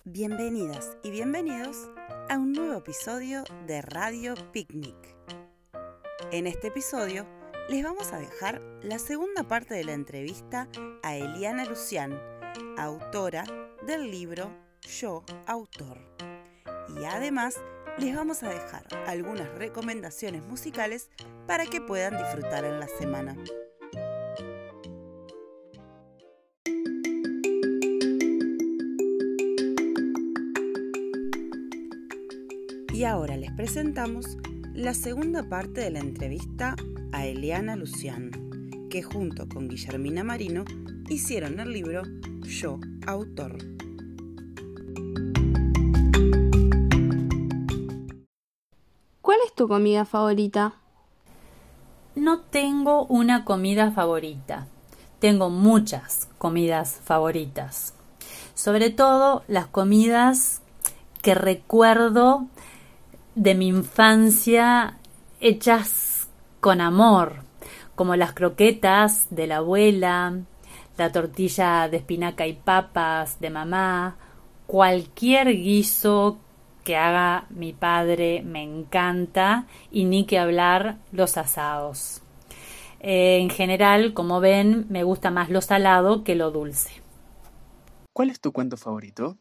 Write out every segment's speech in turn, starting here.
Bienvenidas y bienvenidos a un nuevo episodio de Radio Picnic. En este episodio les vamos a dejar la segunda parte de la entrevista a Eliana Lucián, autora del libro Yo, Autor. Y además les vamos a dejar algunas recomendaciones musicales para que puedan disfrutar en la semana. Y ahora les presentamos la segunda parte de la entrevista a Eliana Lucián, que junto con Guillermina Marino hicieron el libro Yo, Autor. ¿Cuál es tu comida favorita? No tengo una comida favorita. Tengo muchas comidas favoritas. Sobre todo las comidas que recuerdo de mi infancia hechas con amor, como las croquetas de la abuela, la tortilla de espinaca y papas de mamá, cualquier guiso que haga mi padre me encanta, y ni que hablar los asados. En general, como ven, me gusta más lo salado que lo dulce. ¿Cuál es tu cuento favorito?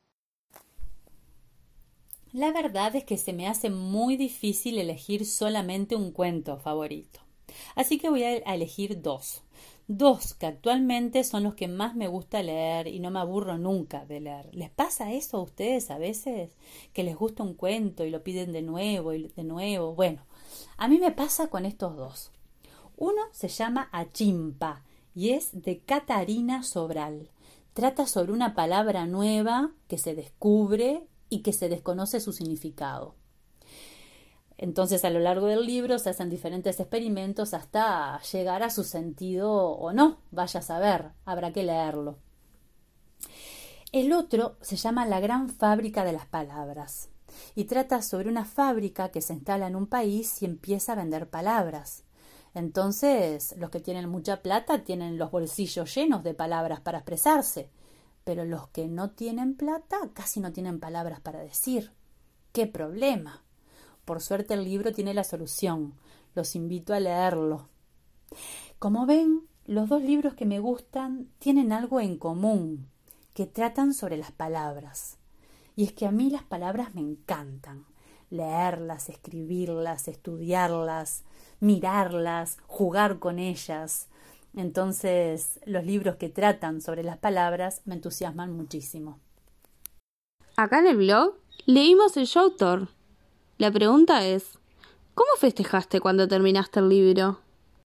La verdad es que se me hace muy difícil elegir solamente un cuento favorito. Así que voy a elegir dos. Dos que actualmente son los que más me gusta leer y no me aburro nunca de leer. ¿Les pasa eso a ustedes a veces? Que les gusta un cuento y lo piden de nuevo y de nuevo. Bueno, a mí me pasa con estos dos. Uno se llama Achimpa y es de Catarina Sobral. Trata sobre una palabra nueva que se descubre y que se desconoce su significado. Entonces, a lo largo del libro se hacen diferentes experimentos hasta llegar a su sentido o no. Vaya a saber, habrá que leerlo. El otro se llama La gran fábrica de las palabras y trata sobre una fábrica que se instala en un país y empieza a vender palabras. Entonces, los que tienen mucha plata tienen los bolsillos llenos de palabras para expresarse, pero los que no tienen plata casi no tienen palabras para decir. ¡Qué problema! Por suerte el libro tiene la solución. Los invito a leerlo. Como ven, los dos libros que me gustan tienen algo en común, que tratan sobre las palabras. Y es que a mí las palabras me encantan. Leerlas, escribirlas, estudiarlas, mirarlas, jugar con ellas. Entonces, los libros que tratan sobre las palabras me entusiasman muchísimo. Acá en el blog leímos el Yo, Autor. La pregunta es, ¿cómo festejaste cuando terminaste el libro?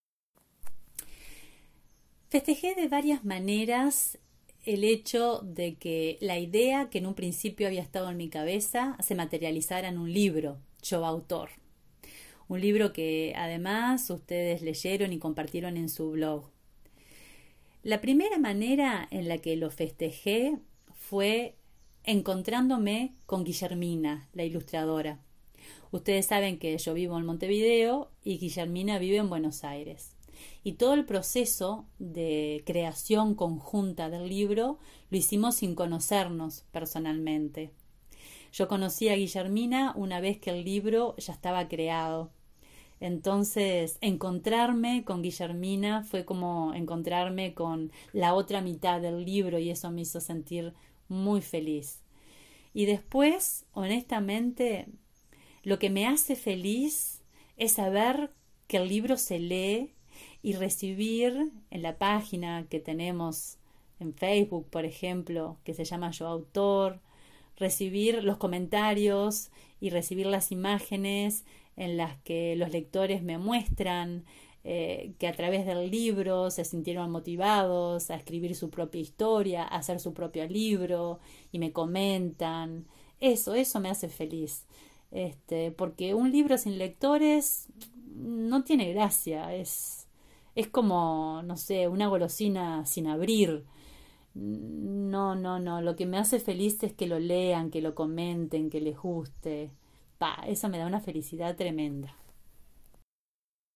Festejé de varias maneras el hecho de que la idea que en un principio había estado en mi cabeza se materializara en un libro, Yo, Autor. Un libro que además ustedes leyeron y compartieron en su blog. La primera manera en la que lo festejé fue encontrándome con Guillermina, la ilustradora. Ustedes saben que yo vivo en Montevideo y Guillermina vive en Buenos Aires. Y todo el proceso de creación conjunta del libro lo hicimos sin conocernos personalmente. Yo conocí a Guillermina una vez que el libro ya estaba creado. Entonces, encontrarme con Guillermina fue como encontrarme con la otra mitad del libro y eso me hizo sentir muy feliz. Y después, honestamente, lo que me hace feliz es saber que el libro se lee y recibir en la página que tenemos en Facebook, por ejemplo, que se llama Yo, Autor, recibir los comentarios y recibir las imágenes en las que los lectores me muestran que a través del libro se sintieron motivados a escribir su propia historia, a hacer su propio libro y me comentan. Eso me hace feliz. Porque un libro sin lectores no tiene gracia. Es como, no sé, una golosina sin abrir. No. Lo que me hace feliz es que lo lean, que lo comenten, que les guste. Eso me da una felicidad tremenda.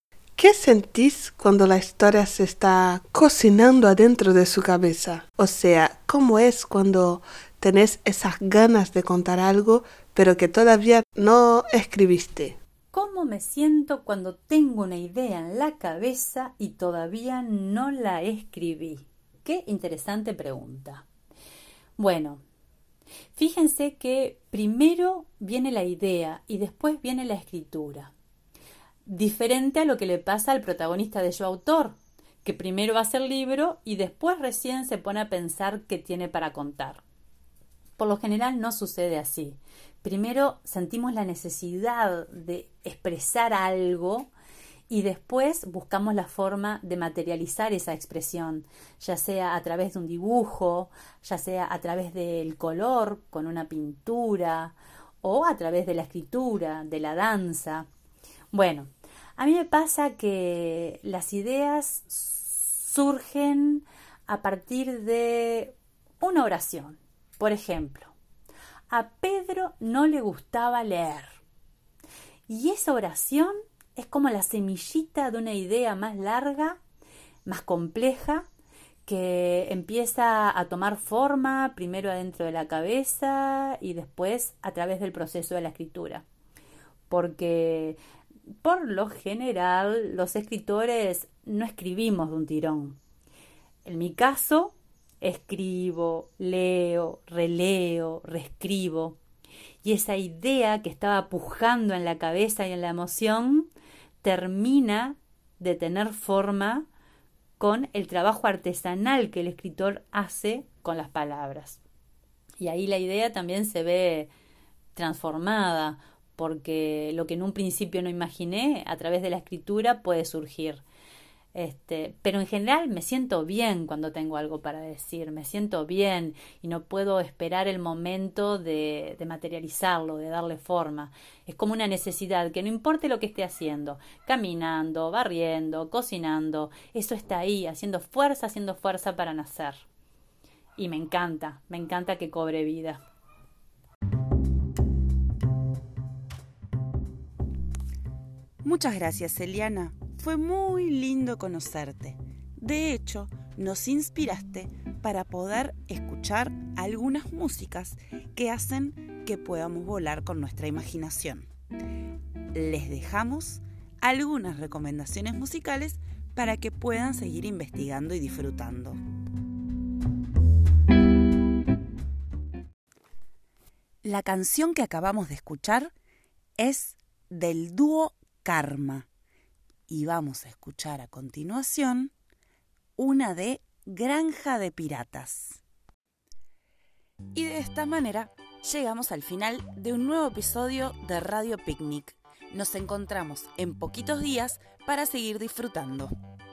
¿Qué sentís cuando la historia se está cocinando adentro de su cabeza? O sea, ¿cómo es cuando tenés esas ganas de contar algo, pero que todavía no escribiste? ¿Cómo me siento cuando tengo una idea en la cabeza y todavía no la escribí? Qué interesante pregunta. Bueno, fíjense que primero viene la idea y después viene la escritura. Diferente a lo que le pasa al protagonista de Yo Autor, que primero hace el libro y después recién se pone a pensar qué tiene para contar. Por lo general no sucede así. Primero sentimos la necesidad de expresar algo y después buscamos la forma de materializar esa expresión, ya sea a través de un dibujo, ya sea a través del color con una pintura o a través de la escritura, de la danza. Bueno, a mí me pasa que las ideas surgen a partir de una oración. Por ejemplo, a Pedro no le gustaba leer. Y esa oración es como la semillita de una idea más larga, más compleja, que empieza a tomar forma primero adentro de la cabeza y después a través del proceso de la escritura. Porque por lo general los escritores no escribimos de un tirón. En mi caso, escribo, leo, releo, reescribo. Y esa idea que estaba pujando en la cabeza y en la emoción termina de tener forma con el trabajo artesanal que el escritor hace con las palabras. Y ahí la idea también se ve transformada, porque lo que en un principio no imaginé, a través de la escritura puede surgir. Pero en general me siento bien cuando tengo algo para decir, me siento bien y no puedo esperar el momento de materializarlo, de darle forma. Es como una necesidad, que no importe lo que esté haciendo, caminando, barriendo, cocinando, eso está ahí, haciendo fuerza para nacer. Y me encanta que cobre vida. Muchas gracias, Eliana. Fue muy lindo conocerte. De hecho, nos inspiraste para poder escuchar algunas músicas que hacen que podamos volar con nuestra imaginación. Les dejamos algunas recomendaciones musicales para que puedan seguir investigando y disfrutando. La canción que acabamos de escuchar es del dúo Karma. Y vamos a escuchar a continuación una de Granja de Piratas. Y de esta manera llegamos al final de un nuevo episodio de Radio Picnic. Nos encontramos en poquitos días para seguir disfrutando.